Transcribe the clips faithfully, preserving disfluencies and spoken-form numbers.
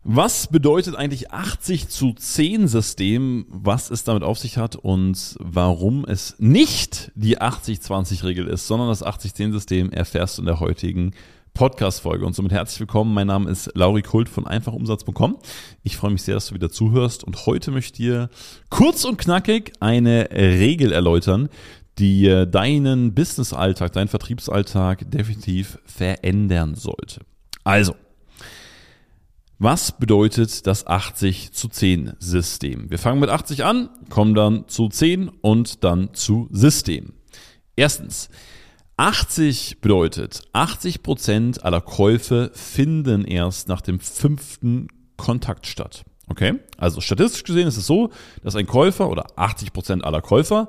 Was bedeutet eigentlich achtzig zu zehn System, was es damit auf sich hat und warum es nicht die achtzig zwanzig Regel ist, sondern das achtzig zehn System erfährst du in der heutigen Podcast-Folge. Und somit herzlich willkommen, mein Name ist Lauri Kult von einfach umsatz punkt com. Ich freue mich sehr, dass du wieder zuhörst und heute möchte ich dir kurz und knackig eine Regel erläutern, die deinen Business-Alltag, deinen Vertriebsalltag definitiv verändern sollte. Also, was bedeutet das achtzig zu zehn System? Wir fangen mit achtzig an, kommen dann zu zehn und dann zu System. Erstens, achtzig bedeutet, achtzig Prozent aller Käufe finden erst nach dem fünften Kontakt statt. Okay? Also statistisch gesehen ist es so, dass ein Käufer oder achtzig Prozent aller Käufer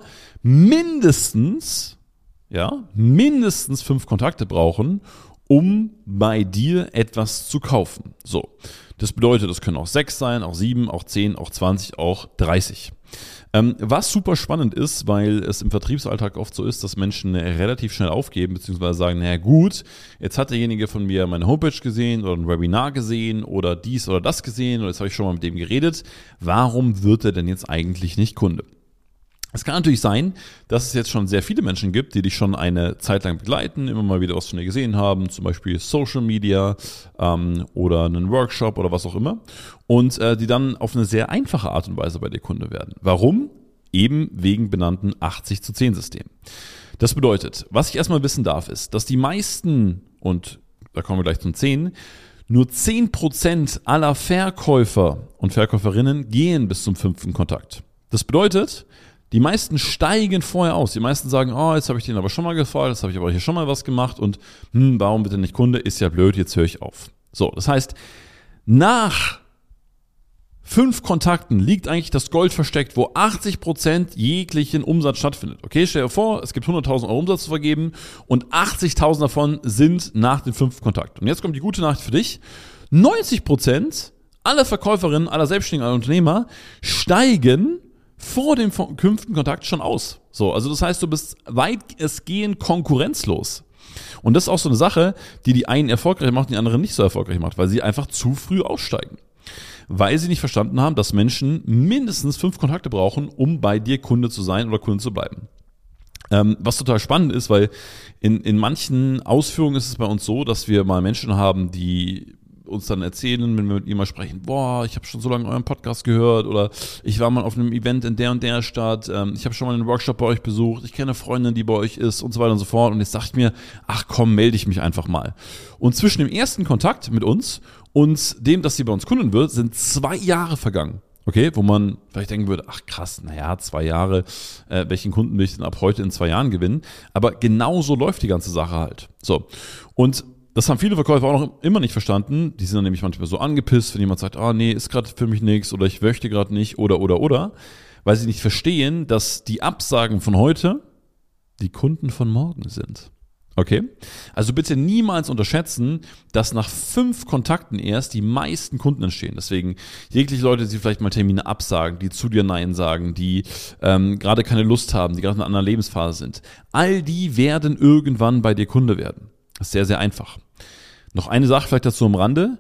mindestens, ja, mindestens fünf Kontakte brauchen, um bei dir etwas zu kaufen. So, das bedeutet, das können auch sechs sein, auch sieben, auch zehn, auch zwanzig, auch dreißig. Ähm, was super spannend ist, weil es im Vertriebsalltag oft so ist, dass Menschen relativ schnell aufgeben, beziehungsweise sagen, naja gut, jetzt hat derjenige von mir meine Homepage gesehen oder ein Webinar gesehen oder dies oder das gesehen oder jetzt habe ich schon mal mit dem geredet. Warum wird er denn jetzt eigentlich nicht Kunde? Es kann natürlich sein, dass es jetzt schon sehr viele Menschen gibt, die dich schon eine Zeit lang begleiten, immer mal wieder was von dir gesehen haben, zum Beispiel Social Media ähm, oder einen Workshop oder was auch immer und äh, die dann auf eine sehr einfache Art und Weise bei dir Kunde werden. Warum? Eben wegen benannten achtzig zu zehn System. Das bedeutet, was ich erstmal wissen darf, ist, dass die meisten, und da kommen wir gleich zum zehn, nur zehn Prozent aller Verkäufer und Verkäuferinnen gehen bis zum fünften Kontakt. Das bedeutet, die meisten steigen vorher aus. Die meisten sagen, oh, jetzt habe ich denen aber schon mal gefallen, jetzt habe ich aber hier schon mal was gemacht und hm, warum bitte nicht Kunde? Ist ja blöd, jetzt höre ich auf. So, das heißt, nach fünf Kontakten liegt eigentlich das Gold versteckt, wo achtzig Prozent jeglichen Umsatz stattfindet. Okay, stell dir vor, es gibt hunderttausend Euro Umsatz zu vergeben und achtzigtausend davon sind nach dem fünften Kontakt. Und jetzt kommt die gute Nachricht für dich. neunzig Prozent aller Verkäuferinnen, aller Selbstständigen, aller Unternehmer steigen vor dem fünften Kontakt schon aus. So, also das heißt, du bist weitestgehend konkurrenzlos. Und das ist auch so eine Sache, die die einen erfolgreich macht und die anderen nicht so erfolgreich macht, weil sie einfach zu früh aussteigen. Weil sie nicht verstanden haben, dass Menschen mindestens fünf Kontakte brauchen, um bei dir Kunde zu sein oder Kunde zu bleiben. Ähm, was total spannend ist, weil in, in manchen Ausführungen ist es bei uns so, dass wir mal Menschen haben, die uns dann erzählen, wenn wir mit ihm mal sprechen, boah, ich habe schon so lange euren Podcast gehört oder ich war mal auf einem Event in der und der Stadt, ähm, ich habe schon mal einen Workshop bei euch besucht, ich kenne eine Freundin, die bei euch ist und so weiter und so fort und jetzt dachte ich mir, ach komm, melde ich mich einfach mal. Und zwischen dem ersten Kontakt mit uns und dem, dass sie bei uns Kundin wird, sind zwei Jahre vergangen. Okay, wo man vielleicht denken würde, ach krass, naja, zwei Jahre, äh, welchen Kunden will ich denn ab heute in zwei Jahren gewinnen? Aber genau so läuft die ganze Sache halt. So, und das haben viele Verkäufer auch noch immer nicht verstanden. Die sind dann nämlich manchmal so angepisst, wenn jemand sagt, ah nee, ist gerade für mich nichts oder ich möchte gerade nicht oder oder oder, weil sie nicht verstehen, dass die Absagen von heute die Kunden von morgen sind. Okay? Also bitte niemals unterschätzen, dass nach fünf Kontakten erst die meisten Kunden entstehen. Deswegen jegliche Leute, die vielleicht mal Termine absagen, die zu dir Nein sagen, die ähm, gerade keine Lust haben, die gerade in einer anderen Lebensphase sind, all die werden irgendwann bei dir Kunde werden. Das ist sehr, sehr einfach. Noch eine Sache vielleicht dazu am Rande.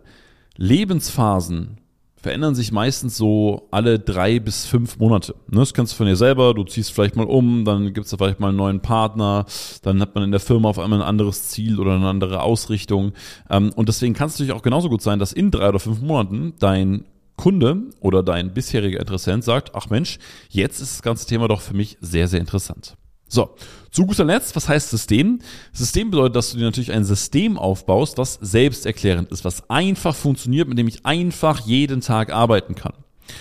Lebensphasen verändern sich meistens so alle drei bis fünf Monate. Das kennst du von dir selber, du ziehst vielleicht mal um, dann gibt es da vielleicht mal einen neuen Partner, dann hat man in der Firma auf einmal ein anderes Ziel oder eine andere Ausrichtung. Und deswegen kann es natürlich auch genauso gut sein, dass in drei oder fünf Monaten dein Kunde oder dein bisheriger Interessent sagt, ach Mensch, jetzt ist das ganze Thema doch für mich sehr, sehr interessant. So, zu guter Letzt, was heißt System? System bedeutet, dass du dir natürlich ein System aufbaust, was selbsterklärend ist, was einfach funktioniert, mit dem ich einfach jeden Tag arbeiten kann.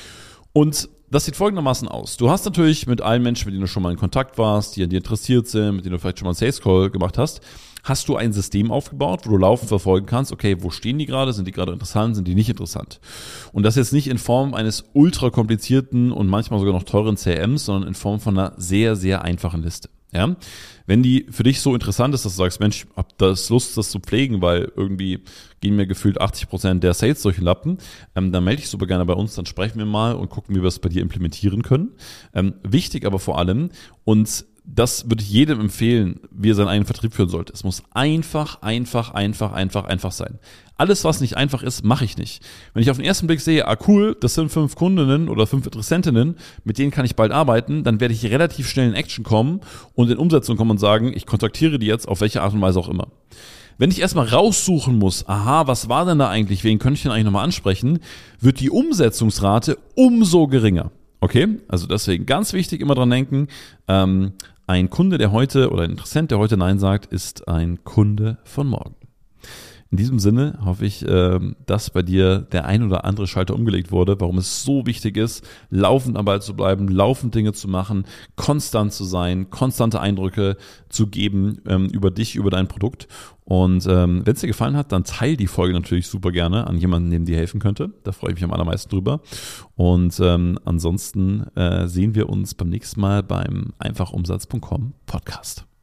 Und das sieht folgendermaßen aus. Du hast natürlich mit allen Menschen, mit denen du schon mal in Kontakt warst, die an dir interessiert sind, mit denen du vielleicht schon mal einen Sales Call gemacht hast, hast du ein System aufgebaut, wo du laufend verfolgen kannst, okay, wo stehen die gerade, sind die gerade interessant, sind die nicht interessant? Und das jetzt nicht in Form eines ultra komplizierten und manchmal sogar noch teuren C R Ms, sondern in Form von einer sehr, sehr einfachen Liste. Ja? Wenn die für dich so interessant ist, dass du sagst, Mensch, ich hab das Lust, das zu pflegen, weil irgendwie gehen mir gefühlt achtzig Prozent der Sales durch den Lappen, ähm, dann melde dich super gerne bei uns, dann sprechen wir mal und gucken, wie wir es bei dir implementieren können. Ähm, wichtig aber vor allem, und das würde ich jedem empfehlen, wie er seinen eigenen Vertrieb führen sollte. Es muss einfach, einfach, einfach, einfach, einfach sein. Alles, was nicht einfach ist, mache ich nicht. Wenn ich auf den ersten Blick sehe, ah cool, das sind fünf Kundinnen oder fünf Interessentinnen, mit denen kann ich bald arbeiten, dann werde ich relativ schnell in Action kommen und in Umsetzung kommen und sagen, ich kontaktiere die jetzt auf welche Art und Weise auch immer. Wenn ich erstmal raussuchen muss, aha, was war denn da eigentlich, wen könnte ich denn eigentlich nochmal ansprechen, wird die Umsetzungsrate umso geringer. Okay, also deswegen ganz wichtig, immer dran denken, ähm, ein Kunde, der heute oder ein Interessent, der heute Nein sagt, ist ein Kunde von morgen. In diesem Sinne hoffe ich, dass bei dir der ein oder andere Schalter umgelegt wurde, warum es so wichtig ist, laufend am Ball zu bleiben, laufend Dinge zu machen, konstant zu sein, konstante Eindrücke zu geben über dich, über dein Produkt. Und wenn es dir gefallen hat, dann teile die Folge natürlich super gerne an jemanden, dem dir helfen könnte. Da freue ich mich am allermeisten drüber. Und ähm, ansonsten äh, sehen wir uns beim nächsten Mal beim einfach umsatz punkt com Podcast.